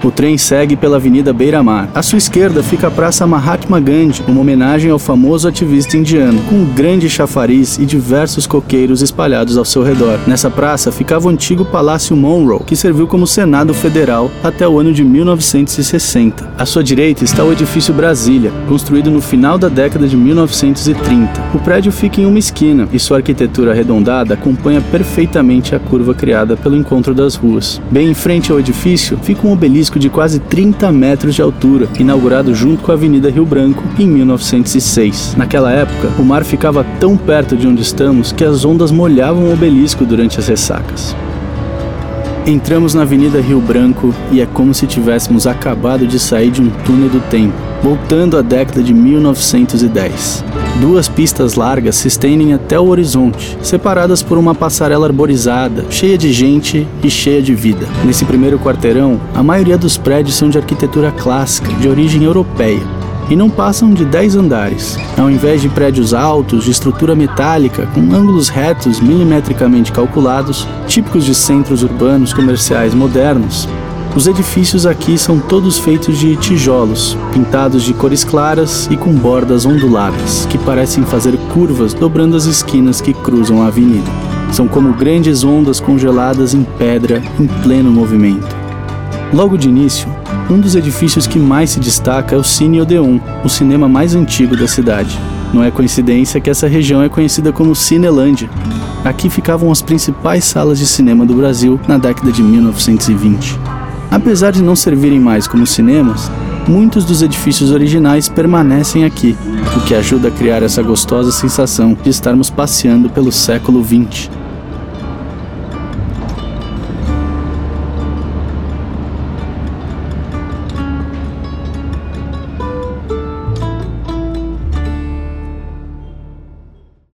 O trem segue pela Avenida Beira-Mar. À sua esquerda fica a Praça Mahatma Gandhi, uma homenagem ao famoso ativista indiano, com um grande chafariz e diversos coqueiros espalhados ao seu redor. Nessa praça ficava o antigo Palácio Monroe, que serviu como Senado Federal até o ano de 1960. À sua direita está o edifício Brasília, construído no final da década de 1930. O prédio fica em uma esquina e sua arquitetura arredondada acompanha perfeitamente a curva criada pelo encontro das ruas. Bem em frente ao edifício fica um obelisco de quase 30 metros de altura, inaugurado junto com a Avenida Rio Branco em 1906. Naquela época, o mar ficava tão perto de onde estamos que as ondas molhavam o obelisco durante as ressacas. Entramos na Avenida Rio Branco e é como se tivéssemos acabado de sair de um túnel do tempo, voltando à década de 1910. Duas pistas largas se estendem até o horizonte, separadas por uma passarela arborizada, cheia de gente e cheia de vida. Nesse primeiro quarteirão, a maioria dos prédios são de arquitetura clássica, de origem europeia, e não passam de 10 andares. Ao invés de prédios altos, de estrutura metálica, com ângulos retos milimetricamente calculados, típicos de centros urbanos comerciais modernos, os edifícios aqui são todos feitos de tijolos, pintados de cores claras e com bordas onduladas, que parecem fazer curvas dobrando as esquinas que cruzam a avenida. São como grandes ondas congeladas em pedra em pleno movimento. Logo de início, um dos edifícios que mais se destaca é o Cine Odeon, o cinema mais antigo da cidade. Não é coincidência que essa região é conhecida como Cinelândia. Aqui ficavam as principais salas de cinema do Brasil na década de 1920. Apesar de não servirem mais como cinemas, muitos dos edifícios originais permanecem aqui, o que ajuda a criar essa gostosa sensação de estarmos passeando pelo século XX.